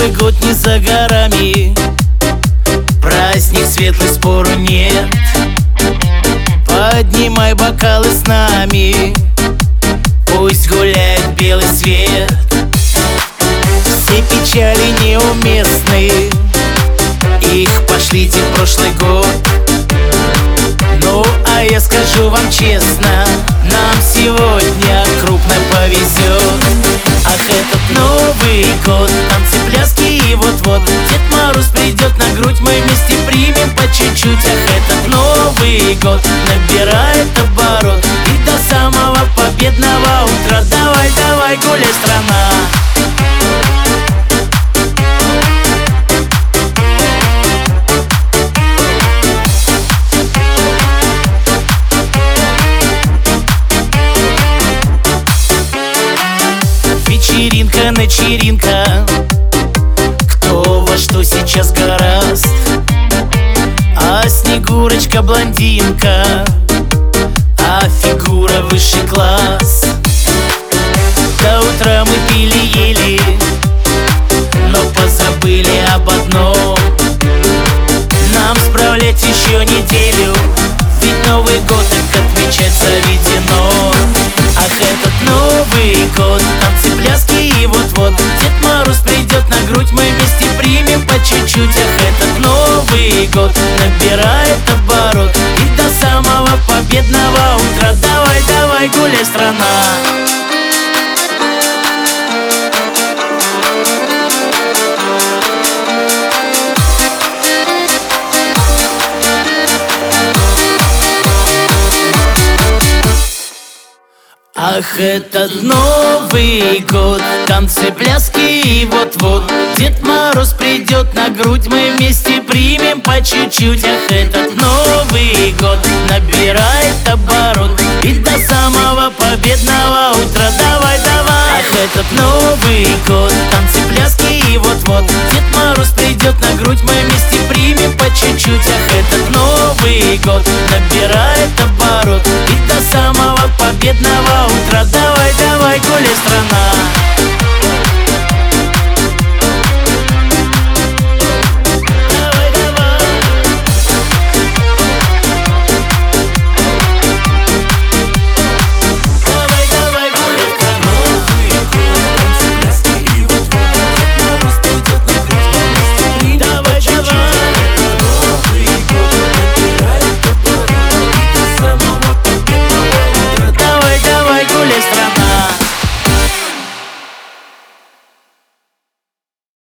Новый год не за горами, праздник светлый, спору нет. Поднимай бокалы с нами, пусть гуляет белый свет. Все печали неуместны, их пошлите в прошлый год. Ну, а я скажу вам честно, нам сегодня крупно повезет. Ах, этот Новый год, танцы, пляски и вот-вот Дед Мороз придет на грудь, мы вместе примем по чуть-чуть. Ах, этот Новый год набирает оборот, и до самого победного утра давай, давай, гуляй, страна. Вечеринка, начеринка, кто во что сейчас гораст. А Снегурочка блондинка, а фигура высший класс. До утра мы пили-ели, но позабыли об одном: нам справлять еще неделю, ведь Новый год так отмечать заведено. Ах, этот Новый год, танцы, пляски и вот-вот Дед Мороз придет на грудь, мы вместе примем по чуть-чуть. Ах, этот Новый год набирает оборот, и до самого победного утра давай, давай, гуляй, страна. Ах, этот Новый год, танцы, пляски и вот-вот Дед Мороз придет на грудь, мы вместе примем по чуть-чуть. Ах, этот Новый год набирает оборот, и до самого победного утра давай, давай. Ах, этот Новый год, танцы, пляски и вот-вот Дед Мороз придет на грудь, мы вместе примем по чуть-чуть. Ах, этот Новый год набирает оборот, и до самого победного утра давай, давай, гуляй, страна.